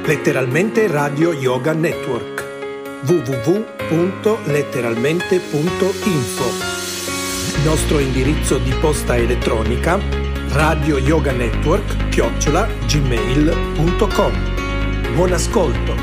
Letteralmente Radio Yoga Network. www.letteralmente.info. Nostro indirizzo di posta elettronica radioyoganetwork@gmail.com. Buon ascolto.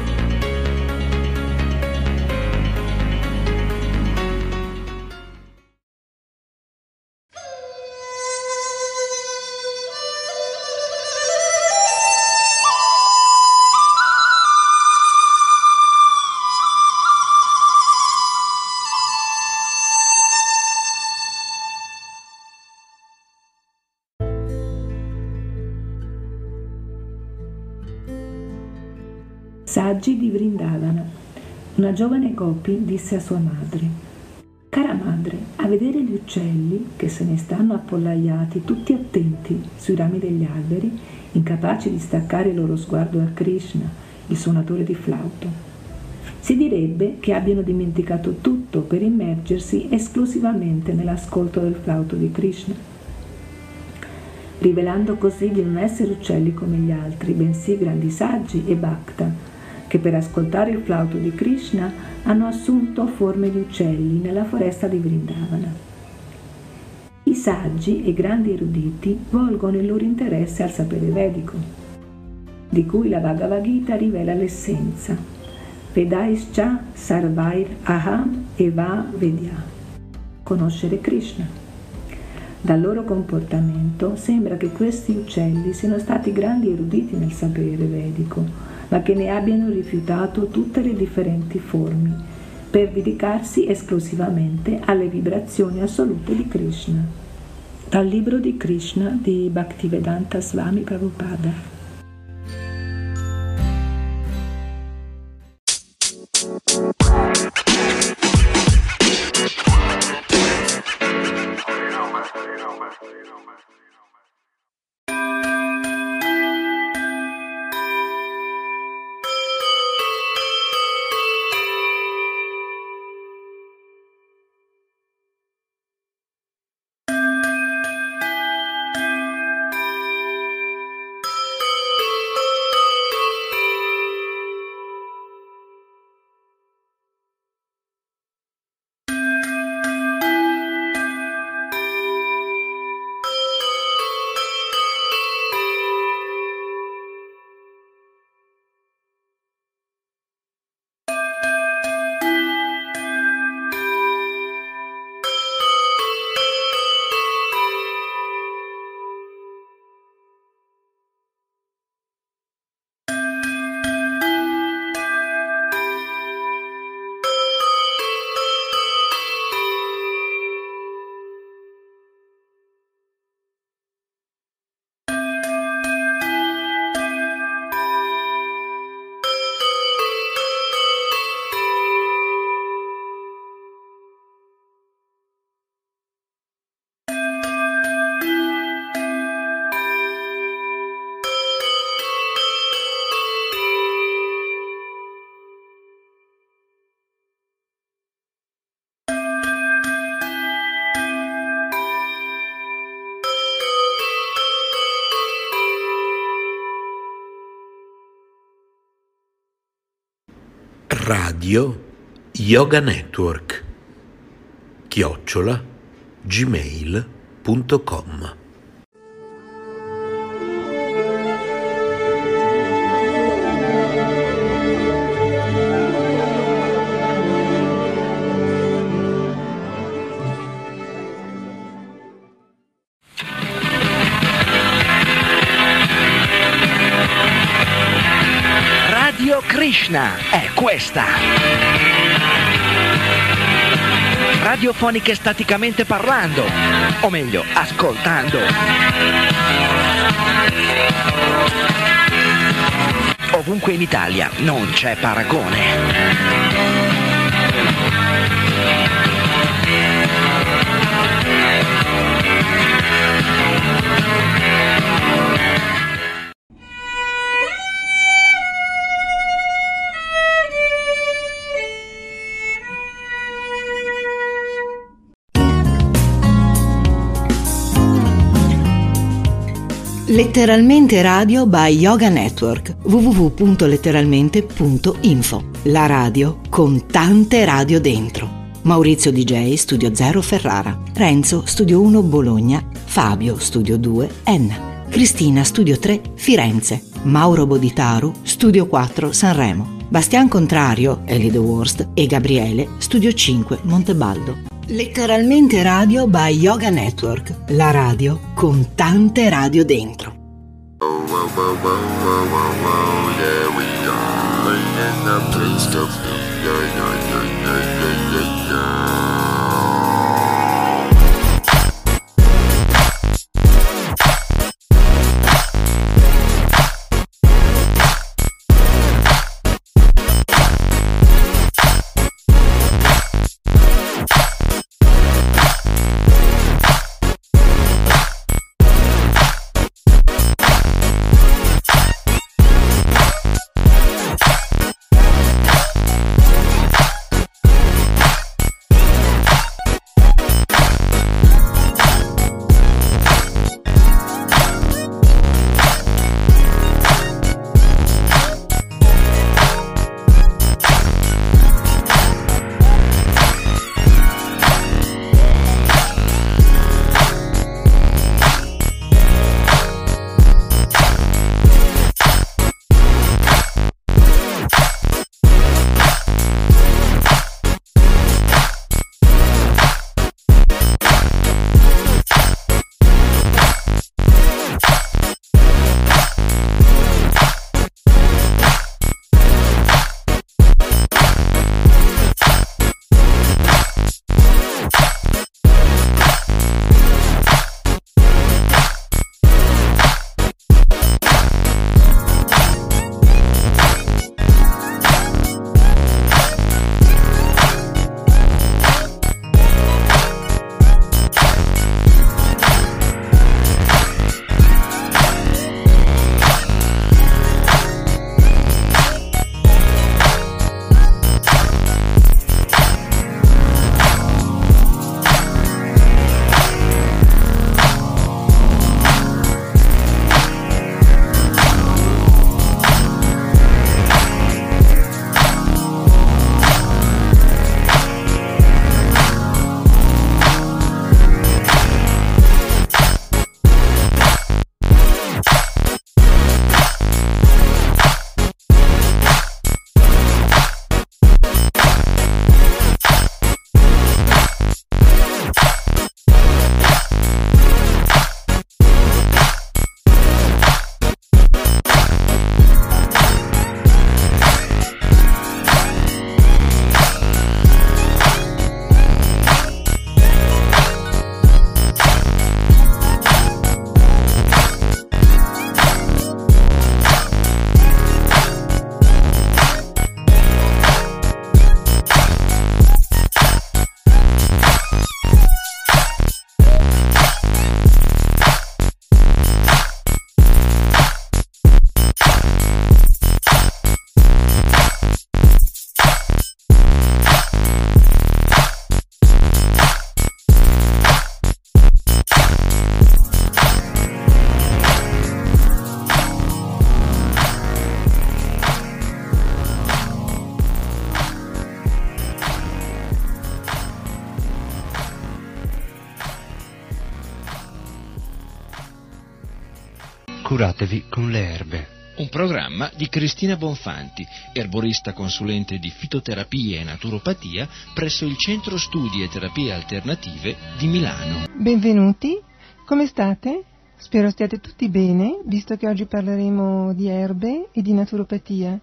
Saggi di Vrindavana. Una giovane gopi disse a sua madre: «Cara madre, a vedere gli uccelli che se ne stanno appollaiati tutti attenti sui rami degli alberi, incapaci di staccare il loro sguardo da Krishna, il suonatore di flauto. Si direbbe che abbiano dimenticato tutto per immergersi esclusivamente nell'ascolto del flauto di Krishna, rivelando così di non essere uccelli come gli altri, bensì grandi saggi e bhakta, che per ascoltare il flauto di Krishna hanno assunto forme di uccelli nella foresta di Vrindavana. I saggi e grandi eruditi volgono il loro interesse al sapere vedico, di cui la Bhagavad Gita rivela l'essenza. Vedaischa sarvair aham eva vedya. Conoscere Krishna. Dal loro comportamento sembra che questi uccelli siano stati grandi eruditi nel sapere vedico, ma che ne abbiano rifiutato tutte le differenti forme per dedicarsi esclusivamente alle vibrazioni assolute di Krishna. Dal libro di Krishna di Bhaktivedanta Swami Prabhupada. Radio Yoga Network @gmail.com. Radio Krishna è questa. Radiofoniche staticamente parlando, o meglio, ascoltando. Ovunque in Italia non c'è paragone. Letteralmente Radio by Yoga Network, www.letteralmente.info. La radio con tante radio dentro. Maurizio DJ, Studio 0 Ferrara. Renzo, Studio 1 Bologna. Fabio, Studio 2 Enna. Cristina, Studio 3 Firenze. Mauro Boditaru, Studio 4 Sanremo. Bastian Contrario, Ellie The Worst e Gabriele, Studio 5 Montebaldo. Letteralmente Radio by Yoga Network, la radio con tante radio dentro. Yeah, we are in the place to be. Curatevi con le erbe. Un programma di Cristina Bonfanti, erborista consulente di fitoterapia e naturopatia presso il Centro Studi e Terapie Alternative di Milano. Benvenuti, come state? Spero stiate tutti bene, visto che oggi parleremo di erbe e di naturopatia.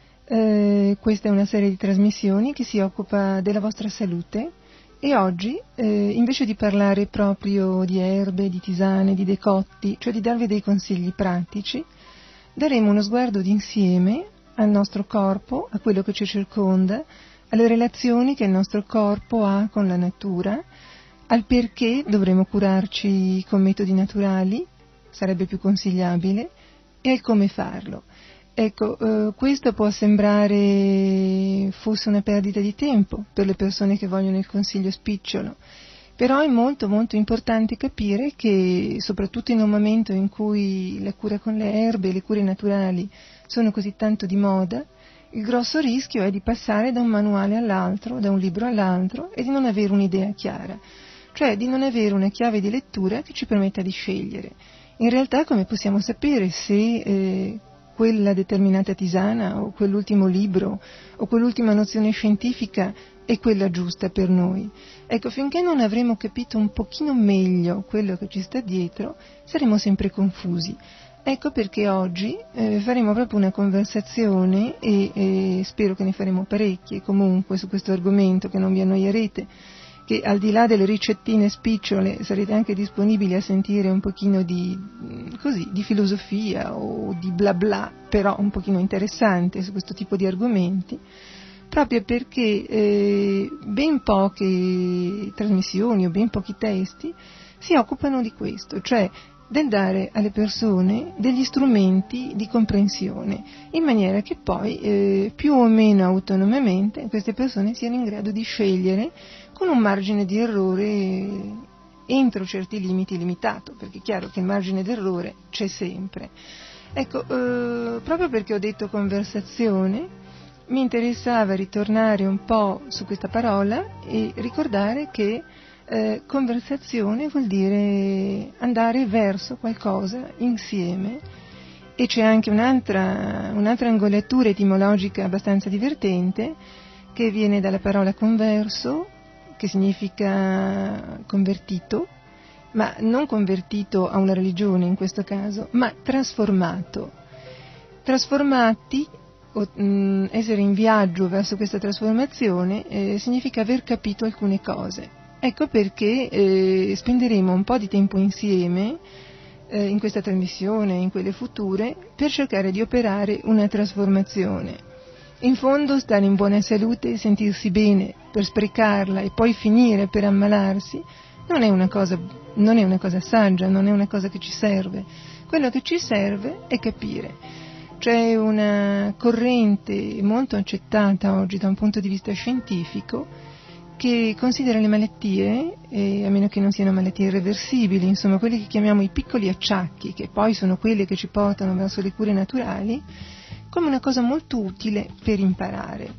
Questa è una serie di trasmissioni che si occupa della vostra salute e oggi, invece di parlare proprio di erbe, di tisane, di decotti, cioè di darvi dei consigli pratici, daremo uno sguardo d'insieme al nostro corpo, a quello che ci circonda, alle relazioni che il nostro corpo ha con la natura, al perché dovremo curarci con metodi naturali, sarebbe più consigliabile, e al come farlo. Ecco, questo può sembrare fosse una perdita di tempo per le persone che vogliono il consiglio spicciolo, Però è molto molto importante capire che, soprattutto in un momento in cui la cura con le erbe e le cure naturali sono così tanto di moda, il grosso rischio è di passare da un manuale all'altro, da un libro all'altro, e di non avere un'idea chiara, cioè di non avere una chiave di lettura che ci permetta di scegliere. In realtà, come possiamo sapere se quella determinata tisana o quell'ultimo libro o quell'ultima nozione scientifica è quella giusta per noi? Ecco, finché non avremo capito un pochino meglio quello che ci sta dietro, saremo sempre confusi. Ecco perché oggi faremo proprio una conversazione e spero che ne faremo parecchie comunque su questo argomento, che non vi annoierete, che al di là delle ricettine spicciole sarete anche disponibili a sentire un pochino di filosofia o di bla bla, però un pochino interessante su questo tipo di argomenti, proprio perché ben poche trasmissioni o ben pochi testi si occupano di questo, cioè del dare alle persone degli strumenti di comprensione, in maniera che poi più o meno autonomamente queste persone siano in grado di scegliere con un margine di errore entro certi limiti limitato, perché è chiaro che il margine d'errore c'è sempre. Ecco, proprio perché ho detto conversazione, mi interessava ritornare un po' su questa parola e ricordare che conversazione vuol dire andare verso qualcosa insieme, e c'è anche un'altra angolatura etimologica abbastanza divertente che viene dalla parola converso, che significa convertito, ma non convertito a una religione in questo caso, ma trasformato. Trasformati, essere in viaggio verso questa trasformazione, significa aver capito alcune cose. Ecco perché spenderemo un po' di tempo insieme in questa trasmissione e in quelle future per cercare di operare una trasformazione. In fondo, stare in buona salute e sentirsi bene per sprecarla e poi finire per ammalarsi non è una cosa saggia, non è una cosa che ci serve. Quello che ci serve è capire. C'è una corrente molto accettata oggi da un punto di vista scientifico che considera le malattie, a meno che non siano malattie irreversibili, insomma quelli che chiamiamo i piccoli acciacchi, che poi sono quelli che ci portano verso le cure naturali, come una cosa molto utile per imparare.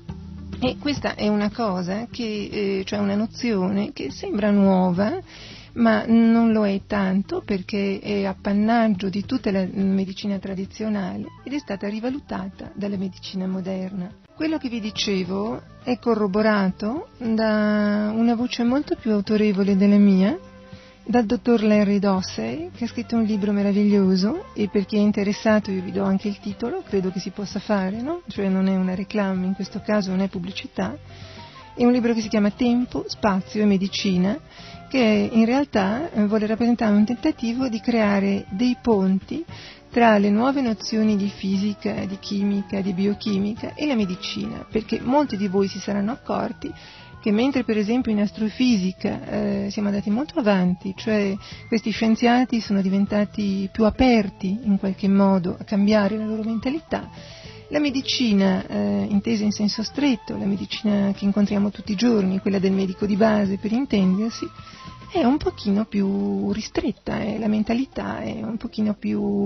E questa è una cosa cioè una nozione che sembra nuova, ma non lo è tanto, perché è appannaggio di tutta la medicina tradizionale ed è stata rivalutata dalla medicina moderna. Quello che vi dicevo è corroborato da una voce molto più autorevole della mia, dal dottor Larry Dossey, che ha scritto un libro meraviglioso, e per chi è interessato io vi do anche il titolo, credo che si possa fare, no? Cioè non è una reclama in questo caso, non è pubblicità. È un libro che si chiama Tempo, Spazio e Medicina, che in realtà vuole rappresentare un tentativo di creare dei ponti tra le nuove nozioni di fisica, di chimica, di biochimica e la medicina, perché molti di voi si saranno accorti che mentre per esempio in astrofisica siamo andati molto avanti, cioè questi scienziati sono diventati più aperti in qualche modo a cambiare la loro mentalità, la medicina, intesa in senso stretto, la medicina che incontriamo tutti i giorni, quella del medico di base per intendersi, è un pochino più ristretta, la mentalità è un pochino più,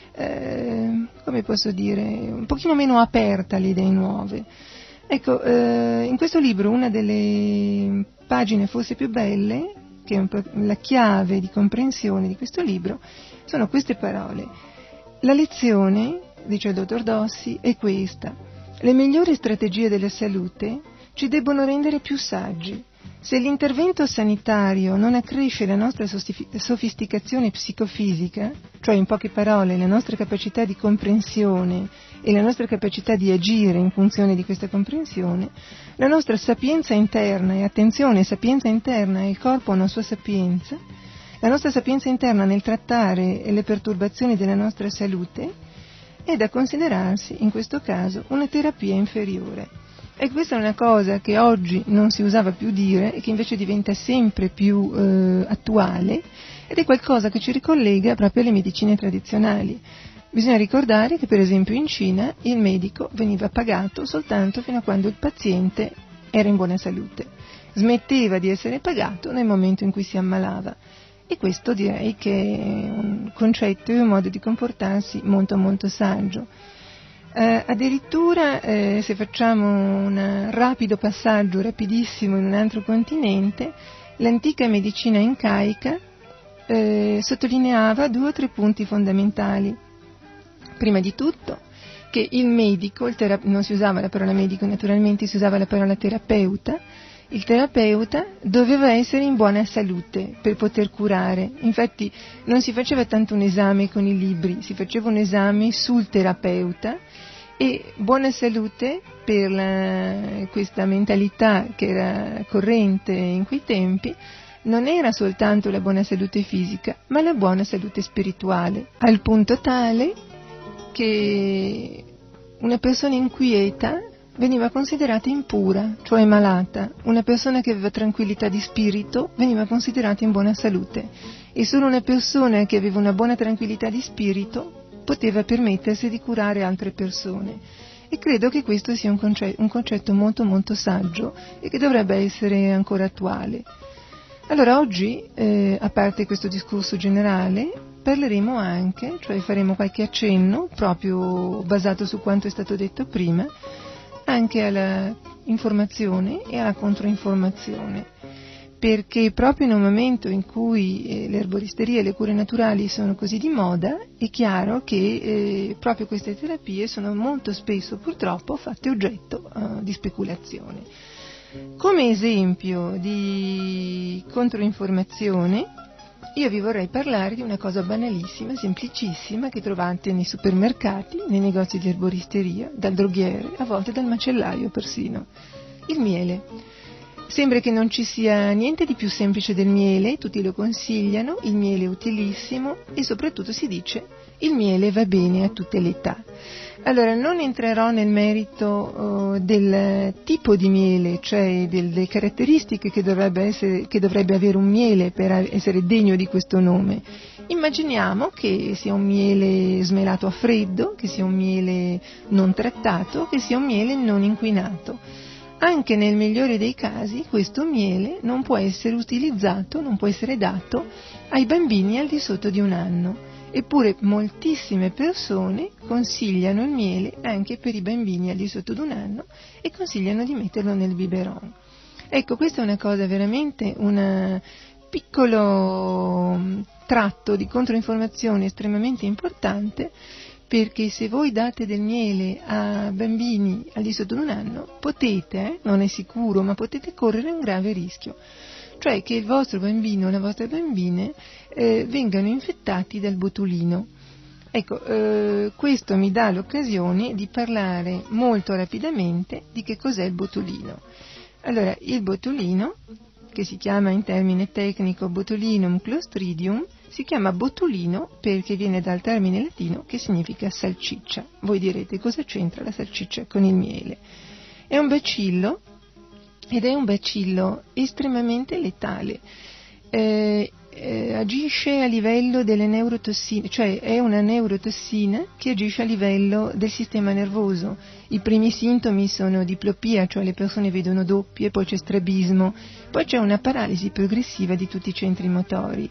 come posso dire, un pochino meno aperta alle idee nuove. Ecco, in questo libro una delle pagine forse più belle, che è la chiave di comprensione di questo libro, sono queste parole. La lezione, dice il dottor Dossi, è questa: le migliori strategie della salute ci debbono rendere più saggi. Se l'intervento sanitario non accresce la nostra sofisticazione psicofisica, cioè in poche parole la nostra capacità di comprensione e la nostra capacità di agire in funzione di questa comprensione, la nostra sapienza interna, e attenzione, sapienza interna, il corpo ha una sua sapienza, la nostra sapienza interna nel trattare le perturbazioni della nostra salute è da considerarsi in questo caso una terapia inferiore. E questa è una cosa che oggi non si usava più dire e che invece diventa sempre più attuale, ed è qualcosa che ci ricollega proprio alle medicine tradizionali. Bisogna ricordare che per esempio in Cina il medico veniva pagato soltanto fino a quando il paziente era in buona salute. smetteva di essere pagato nel momento in cui si ammalava. E questo direi che è un concetto e un modo di comportarsi molto molto saggio. Addirittura se facciamo un rapido passaggio, rapidissimo, in un altro continente, l'antica medicina incaica sottolineava 2 o 3 punti fondamentali. Prima di tutto che il medico, non si usava la parola medico naturalmente, si usava la parola terapeuta. Il terapeuta doveva essere in buona salute per poter curare. Infatti non si faceva tanto un esame con i libri, si faceva un esame sul terapeuta, e buona salute per questa mentalità che era corrente in quei tempi non era soltanto la buona salute fisica, ma la buona salute spirituale, al punto tale che una persona inquieta veniva considerata impura, cioè malata. Una persona che aveva tranquillità di spirito veniva considerata in buona salute, e solo una persona che aveva una buona tranquillità di spirito poteva permettersi di curare altre persone. E credo che questo sia un concetto molto molto saggio e che dovrebbe essere ancora attuale. Allora oggi, a parte questo discorso generale, parleremo anche, cioè faremo qualche accenno, proprio basato su quanto è stato detto prima, anche alla informazione e alla controinformazione, perché proprio in un momento in cui l'erboristeria e le cure naturali sono così di moda, è chiaro che proprio queste terapie sono molto spesso purtroppo fatte oggetto di speculazione. Come esempio di controinformazione, io vi vorrei parlare di una cosa banalissima, semplicissima, che trovate nei supermercati, nei negozi di erboristeria, dal droghiere, a volte dal macellaio persino. Il miele. Sembra che non ci sia niente di più semplice del miele, tutti lo consigliano, il miele è utilissimo e soprattutto si dice il miele va bene a tutte le età. Allora, non entrerò nel merito del tipo di miele, cioè delle caratteristiche che dovrebbe avere un miele per essere degno di questo nome. Immaginiamo che sia un miele smelato a freddo, che sia un miele non trattato, che sia un miele non inquinato. Anche nel migliore dei casi questo miele non può essere utilizzato, non può essere dato ai bambini al di sotto di 1 anno. Eppure moltissime persone consigliano il miele anche per i bambini al di sotto di 1 anno e consigliano di metterlo nel biberon. Ecco, questa è una cosa veramente, un piccolo tratto di controinformazione estremamente importante, perché se voi date del miele a bambini al di sotto di 1 anno potete, non è sicuro, ma potete correre un grave rischio, cioè che il vostro bambino o la vostra bambina vengano infettati dal botulino. Ecco, questo mi dà l'occasione di parlare molto rapidamente di che cos'è il botulino. Allora, il botulino, che si chiama in termine tecnico Botulinum clostridium, si chiama botulino perché viene dal termine latino che significa salciccia. Voi direte, cosa c'entra la salciccia con il miele? È un bacillo, ed è un bacillo estremamente letale. Agisce a livello delle neurotossine, cioè è una neurotossina che agisce a livello del sistema nervoso. I primi sintomi sono diplopia, cioè le persone vedono doppie, poi c'è strabismo, poi c'è una paralisi progressiva di tutti i centri motori.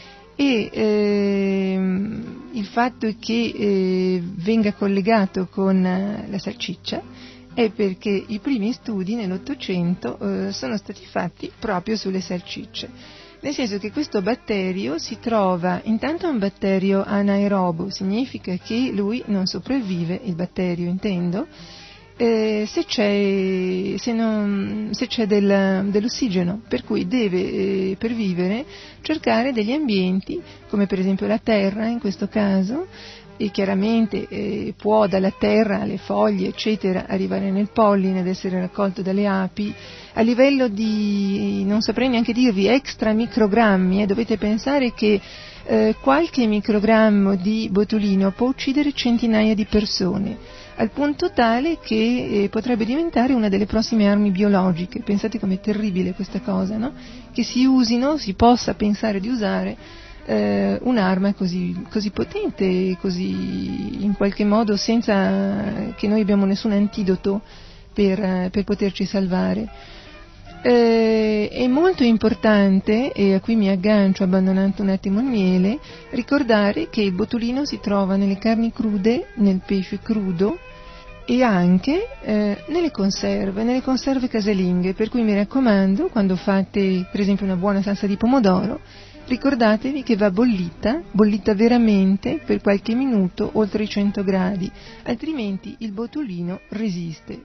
E il fatto che venga collegato con la salciccia è perché i primi studi nell'Ottocento sono stati fatti proprio sulle salcicce. Nel senso che questo batterio si trova, intanto è un batterio anaerobo, significa che lui non sopravvive, il batterio intendo, se c'è dell'ossigeno, per cui deve per vivere cercare degli ambienti, come per esempio la terra in questo caso, e chiaramente può dalla terra alle foglie eccetera arrivare nel polline ed essere raccolto dalle api a livello di, non saprei neanche dirvi, extra microgrammi, dovete pensare che qualche microgrammo di botulino può uccidere centinaia di persone, al punto tale che potrebbe diventare una delle prossime armi biologiche. Pensate com'è terribile questa cosa, no? Che si possa pensare di usare un'arma così potente, così in qualche modo senza che noi abbiamo nessun antidoto per poterci salvare. È molto importante, e a cui mi aggancio abbandonando un attimo il miele, ricordare che il botulino si trova nelle carni crude, nel pesce crudo e anche nelle conserve casalinghe, per cui mi raccomando, quando fate per esempio una buona salsa di pomodoro, ricordatevi che va bollita veramente per qualche minuto oltre i 100 gradi, altrimenti il botulino resiste.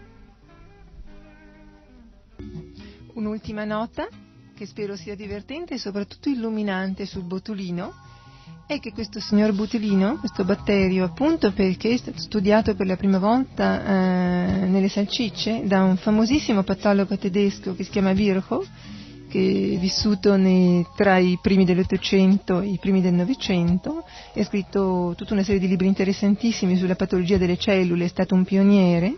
Un'ultima nota, che spero sia divertente e soprattutto illuminante sul botulino, è che questo signor botulino, questo batterio, appunto perché è stato studiato per la prima volta nelle salsicce da un famosissimo patologo tedesco che si chiama Virchow, che è vissuto tra i primi dell'Ottocento e i primi del Novecento, e ha scritto tutta una serie di libri interessantissimi sulla patologia delle cellule, è stato un pioniere.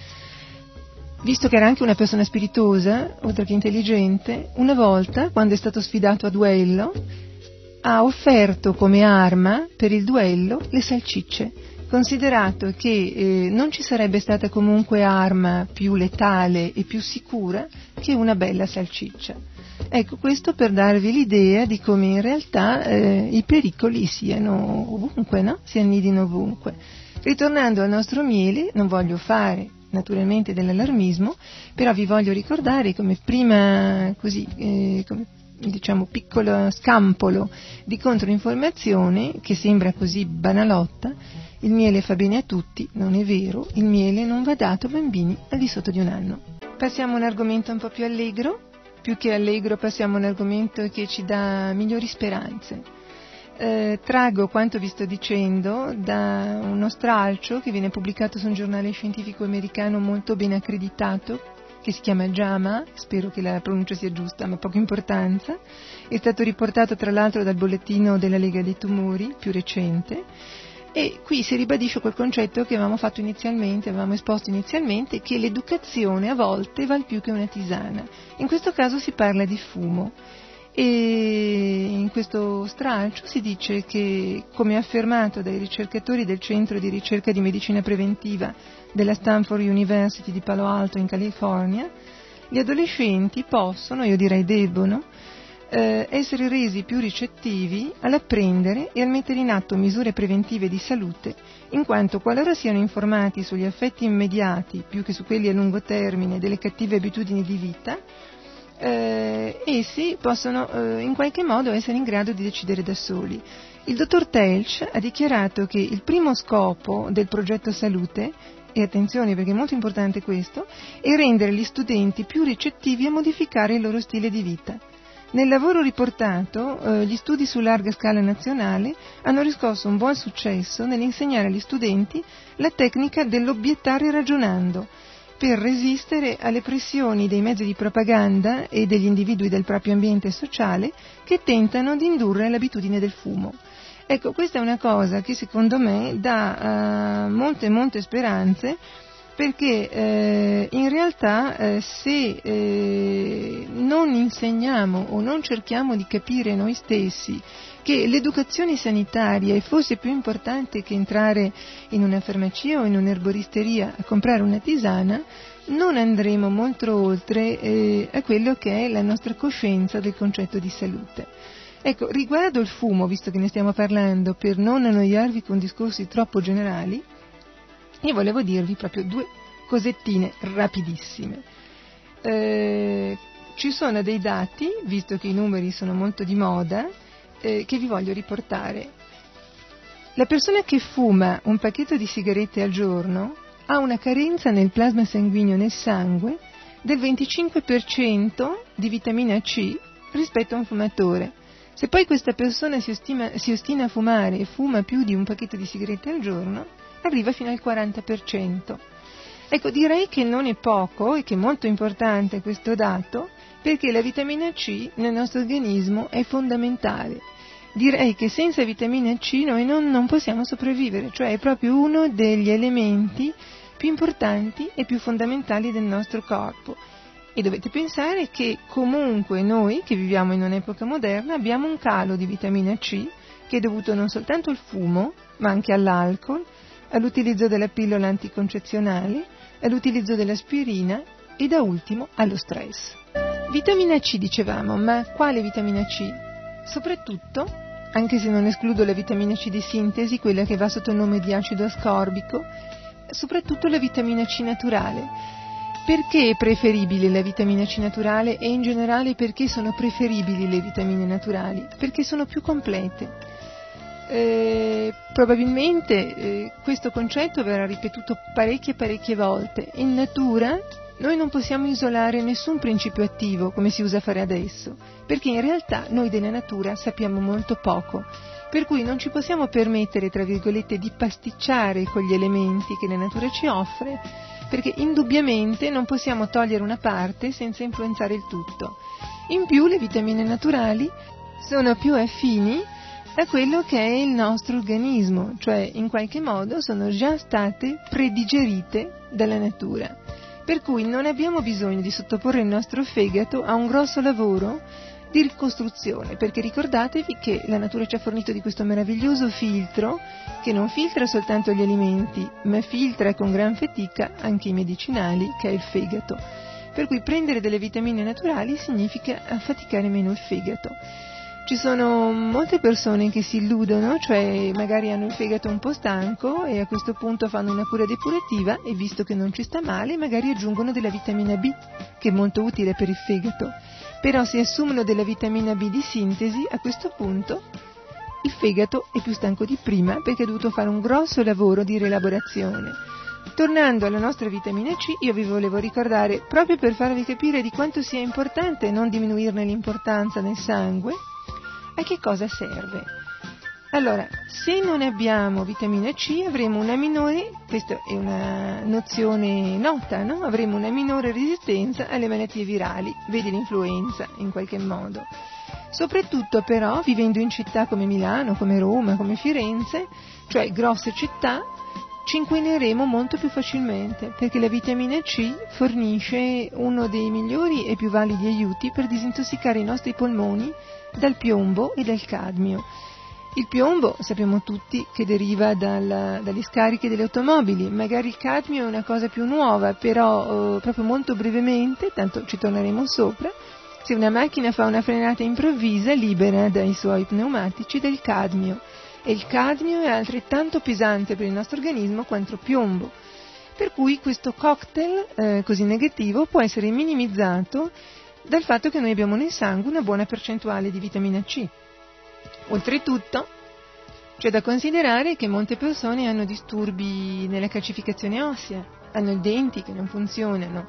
Visto che era anche una persona spiritosa, oltre che intelligente, una volta, quando è stato sfidato a duello, ha offerto come arma per il duello le salsicce, considerato che non ci sarebbe stata comunque arma più letale e più sicura che una bella salsiccia. Ecco, questo per darvi l'idea di come in realtà i pericoli siano ovunque, no? Si annidino ovunque. Ritornando al nostro miele, non voglio fare naturalmente dell'allarmismo, però vi voglio ricordare come prima, così, come diciamo piccolo scampolo di controinformazione, che sembra così banalotta: il miele fa bene a tutti. Non è vero, il miele non va dato a bambini al di sotto di 1 anno. Passiamo a un argomento un po' più allegro. Più che allegro passiamo a un argomento che ci dà migliori speranze. Traggo quanto vi sto dicendo da uno stralcio che viene pubblicato su un giornale scientifico americano molto ben accreditato, che si chiama JAMA, spero che la pronuncia sia giusta, ma poca importanza. È stato riportato tra l'altro dal bollettino della Lega dei Tumori, più recente, e qui si ribadisce quel concetto che avevamo esposto inizialmente, che l'educazione a volte val più che una tisana. In questo caso si parla di fumo. E in questo stralcio si dice che, come affermato dai ricercatori del Centro di Ricerca di Medicina Preventiva della Stanford University di Palo Alto in California, gli adolescenti possono, io direi debbono, essere resi più ricettivi all'apprendere e al mettere in atto misure preventive di salute, in quanto qualora siano informati sugli effetti immediati più che su quelli a lungo termine delle cattive abitudini di vita, essi possono in qualche modo essere in grado di decidere da soli. Il dottor Telch ha dichiarato che il primo scopo del progetto salute, e attenzione perché è molto importante questo, è rendere gli studenti più ricettivi a modificare il loro stile di vita. Nel lavoro riportato, gli studi su larga scala nazionale hanno riscosso un buon successo nell'insegnare agli studenti la tecnica dell'obiettare ragionando, per resistere alle pressioni dei mezzi di propaganda e degli individui del proprio ambiente sociale che tentano di indurre all'abitudine del fumo. Ecco, questa è una cosa che secondo me dà molte speranze, perché in realtà se non insegniamo o non cerchiamo di capire noi stessi che l'educazione sanitaria è forse più importante che entrare in una farmacia o in un'erboristeria a comprare una tisana, non andremo molto oltre a quello che è la nostra coscienza del concetto di salute. Ecco, riguardo il fumo, visto che ne stiamo parlando, per non annoiarvi con discorsi troppo generali, io volevo dirvi proprio 2 cosettine rapidissime. Ci sono dei dati, visto che i numeri sono molto di moda, che vi voglio riportare. La persona che fuma un pacchetto di sigarette al giorno ha una carenza nel plasma sanguigno nel sangue del 25% di vitamina C rispetto a un fumatore. Se poi questa persona si ostina a fumare e fuma più di un pacchetto di sigarette al giorno, arriva fino al 40%. Ecco, direi che non è poco e che è molto importante questo dato, perché la vitamina C nel nostro organismo è fondamentale. Direi che senza vitamina C noi non possiamo sopravvivere, cioè è proprio uno degli elementi più importanti e più fondamentali del nostro corpo. E dovete pensare che comunque noi, che viviamo in un'epoca moderna, abbiamo un calo di vitamina C che è dovuto non soltanto al fumo, ma anche all'alcol, all'utilizzo della pillola anticoncezionale, all'utilizzo dell'aspirina e da ultimo allo stress. Vitamina C dicevamo, ma quale vitamina C? Soprattutto, anche se non escludo la vitamina C di sintesi, quella che va sotto il nome di acido ascorbico, soprattutto la vitamina C naturale. Perché è preferibile la vitamina C naturale e in generale perché sono preferibili le vitamine naturali? Perché sono più complete. Probabilmente questo concetto verrà ripetuto parecchie volte. In natura noi non possiamo isolare nessun principio attivo come si usa fare adesso, perché in realtà noi della natura sappiamo molto poco, per cui non ci possiamo permettere, tra virgolette, di pasticciare con gli elementi che la natura ci offre, perché indubbiamente non possiamo togliere una parte senza influenzare il tutto. In più le vitamine naturali sono più affini a quello che è il nostro organismo, cioè in qualche modo sono già state predigerite dalla natura, per cui non abbiamo bisogno di sottoporre il nostro fegato a un grosso lavoro di ricostruzione, perché ricordatevi che la natura ci ha fornito di questo meraviglioso filtro che non filtra soltanto gli alimenti, ma filtra con gran fatica anche i medicinali, che è il fegato. Per cui prendere delle vitamine naturali significa affaticare meno il fegato. Ci sono molte persone che si illudono, cioè magari hanno il fegato un po' stanco e a questo punto fanno una cura depurativa e visto che non ci sta male magari aggiungono della vitamina B, che è molto utile per il fegato. Però se assumono della vitamina B di sintesi, a questo punto il fegato è più stanco di prima perché ha dovuto fare un grosso lavoro di rielaborazione. Tornando alla nostra vitamina C, io vi volevo ricordare, proprio per farvi capire di quanto sia importante non diminuirne l'importanza nel sangue, a che cosa serve? Allora, se non abbiamo vitamina C avremo una minore, questa è una nozione nota, no? Avremo una minore resistenza alle malattie virali, vedi l'influenza in qualche modo. Soprattutto però, vivendo in città come Milano, come Roma, come Firenze, cioè grosse città, ci inquineremo molto più facilmente, perché la vitamina C fornisce uno dei migliori e più validi aiuti per disintossicare i nostri polmoni dal piombo e dal cadmio. Il piombo sappiamo tutti che deriva dalle scariche delle automobili, magari il cadmio è una cosa più nuova, però proprio molto brevemente, tanto ci torneremo sopra, se una macchina fa una frenata improvvisa libera dai suoi pneumatici del cadmio, e il cadmio è altrettanto pesante per il nostro organismo quanto il piombo, per cui questo cocktail così negativo può essere minimizzato dal fatto che noi abbiamo nel sangue una buona percentuale di vitamina C. Oltretutto, c'è da considerare che molte persone hanno disturbi nella calcificazione ossea, hanno i denti che non funzionano,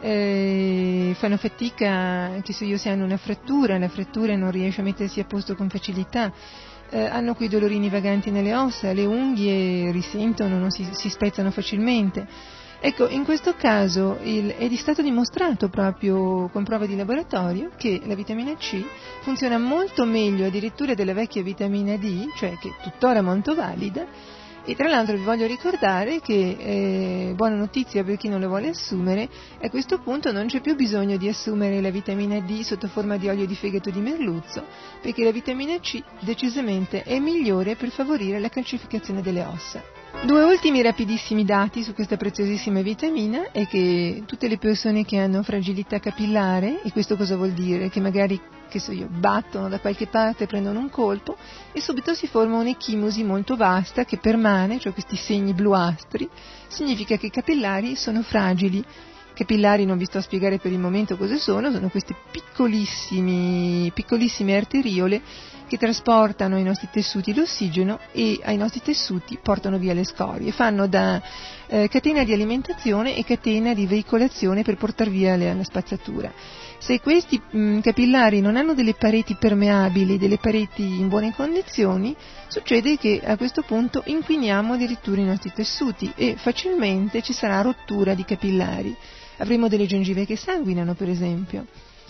fanno fatica, che so io, se hanno una frattura, la frattura non riesce a mettersi a posto con facilità, hanno quei dolorini vaganti nelle ossa, le unghie risentono, non si spezzano facilmente. Ecco, in questo caso è stato dimostrato proprio con prove di laboratorio che la vitamina C funziona molto meglio addirittura della vecchia vitamina D, cioè che è tuttora molto valida, e tra l'altro vi voglio ricordare che, buona notizia per chi non lo vuole assumere, a questo punto non c'è più bisogno di assumere la vitamina D sotto forma di olio di fegato di merluzzo, perché la vitamina C decisamente è migliore per favorire la calcificazione delle ossa. Due ultimi rapidissimi dati su questa preziosissima vitamina è che tutte le persone che hanno fragilità capillare, e questo cosa vuol dire? Che magari, che so io, battono da qualche parte, prendono un colpo e subito si forma un'echimosi molto vasta che permane, cioè questi segni bluastri, significa che i capillari sono fragili. Capillari non vi sto a spiegare per il momento cosa sono queste piccolissime arteriole che trasportano ai nostri tessuti l'ossigeno e ai nostri tessuti portano via le scorie, fanno da catena di alimentazione e catena di veicolazione per portare via la spazzatura. Se questi capillari non hanno delle pareti permeabili, delle pareti in buone condizioni, succede che a questo punto inquiniamo addirittura i nostri tessuti e facilmente ci sarà rottura di capillari. Avremo delle gengive che sanguinano, per esempio.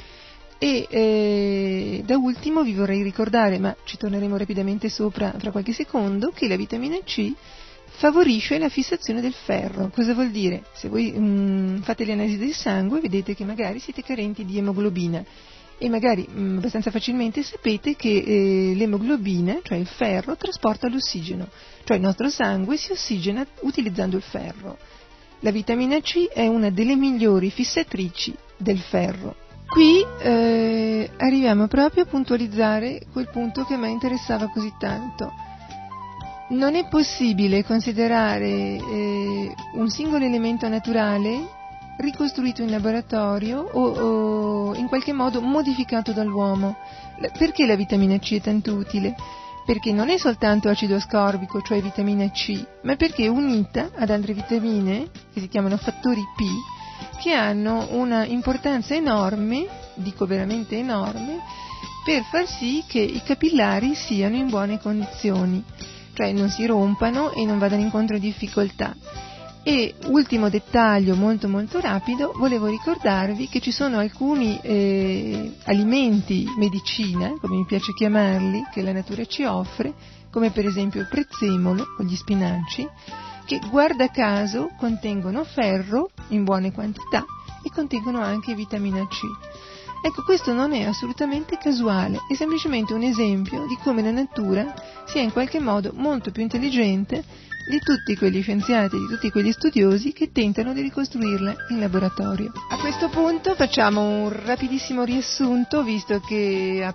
E da ultimo vi vorrei ricordare, ma ci torneremo rapidamente sopra fra qualche secondo, che la vitamina C favorisce la fissazione del ferro. Cosa vuol dire? Se voi fate le analisi del sangue vedete che magari siete carenti di emoglobina e magari abbastanza facilmente sapete che l'emoglobina, cioè il ferro, trasporta l'ossigeno, cioè il nostro sangue si ossigena utilizzando il ferro. La vitamina C è una delle migliori fissatrici del ferro. qui arriviamo proprio a puntualizzare quel punto che a me interessava così tanto. Non è possibile considerare un singolo elemento naturale ricostruito in laboratorio o in qualche modo modificato dall'uomo. Perché la vitamina C è tanto utile? Perché non è soltanto acido ascorbico, cioè vitamina C, ma perché è unita ad altre vitamine, che si chiamano fattori P, che hanno una importanza enorme, dico veramente enorme, per far sì che i capillari siano in buone condizioni, cioè non si rompano e non vadano incontro a difficoltà. E ultimo dettaglio molto molto rapido, volevo ricordarvi che ci sono alcuni alimenti medicina, come mi piace chiamarli, che la natura ci offre, come per esempio il prezzemolo o gli spinaci, che guarda caso contengono ferro in buone quantità e contengono anche vitamina C. Ecco, questo non è assolutamente casuale, è semplicemente un esempio di come la natura sia in qualche modo molto più intelligente di tutti quegli scienziati, di tutti quegli studiosi che tentano di ricostruirla in laboratorio. A questo punto facciamo un rapidissimo riassunto, visto che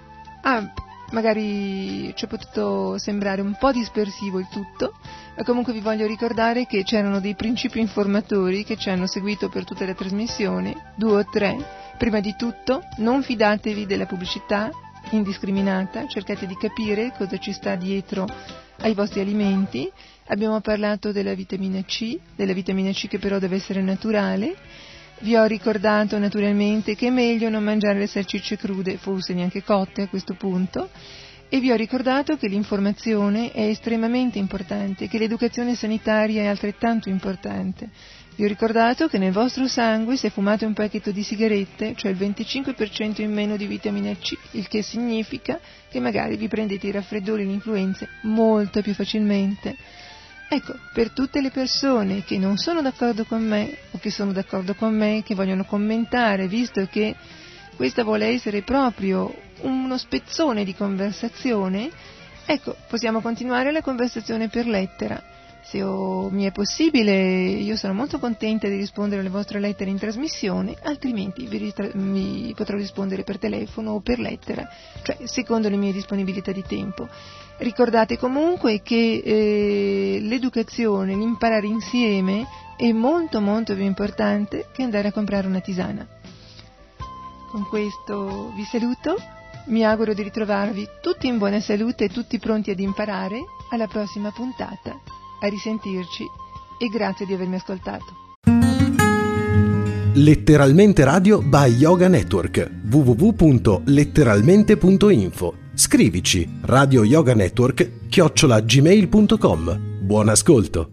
magari ci è potuto sembrare un po' dispersivo il tutto, ma comunque vi voglio ricordare che c'erano dei principi informatori che ci hanno seguito per tutta la trasmissione, 2 o 3. Prima di tutto, non fidatevi della pubblicità indiscriminata, cercate di capire cosa ci sta dietro ai vostri alimenti. Abbiamo parlato della vitamina C che però deve essere naturale. Vi ho ricordato naturalmente che è meglio non mangiare le salsicce crude, forse neanche cotte a questo punto, e vi ho ricordato che l'informazione è estremamente importante, che l'educazione sanitaria è altrettanto importante. Vi ho ricordato che nel vostro sangue, se fumate un pacchetto di sigarette, c'è il 25% in meno di vitamina C, il che significa che magari vi prendete i raffreddori e le influenze molto più facilmente. Ecco, per tutte le persone che non sono d'accordo con me o che sono d'accordo con me, che vogliono commentare, visto che questa vuole essere proprio uno spezzone di conversazione, ecco, possiamo continuare la conversazione per lettera. Se mi è possibile, io sono molto contenta di rispondere alle vostre lettere in trasmissione, altrimenti vi potrò rispondere per telefono o per lettera, cioè secondo le mie disponibilità di tempo. Ricordate comunque che l'educazione, l'imparare insieme è molto molto più importante che andare a comprare una tisana. Con questo vi saluto, mi auguro di ritrovarvi tutti in buona salute e tutti pronti ad imparare. Alla prossima puntata, a risentirci e grazie di avermi ascoltato. Letteralmente Radio by Yoga Network, www.letteralmente.info. Scrivici radioyoganetwork@gmail.com. Buon ascolto.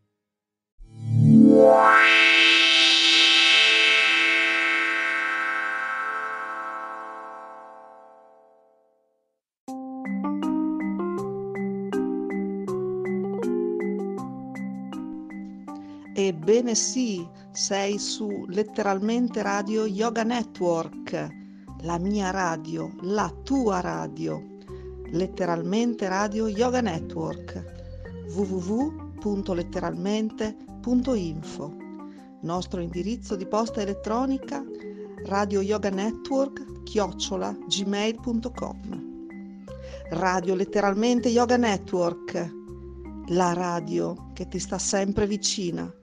Ebbene sì, sei su Letteralmente Radio Yoga Network, la mia radio, la tua radio. Letteralmente Radio Yoga Network, www.letteralmente.info. Nostro indirizzo di posta elettronica radioyoganetwork@gmail.com. Radio Letteralmente Yoga Network, la radio che ti sta sempre vicina.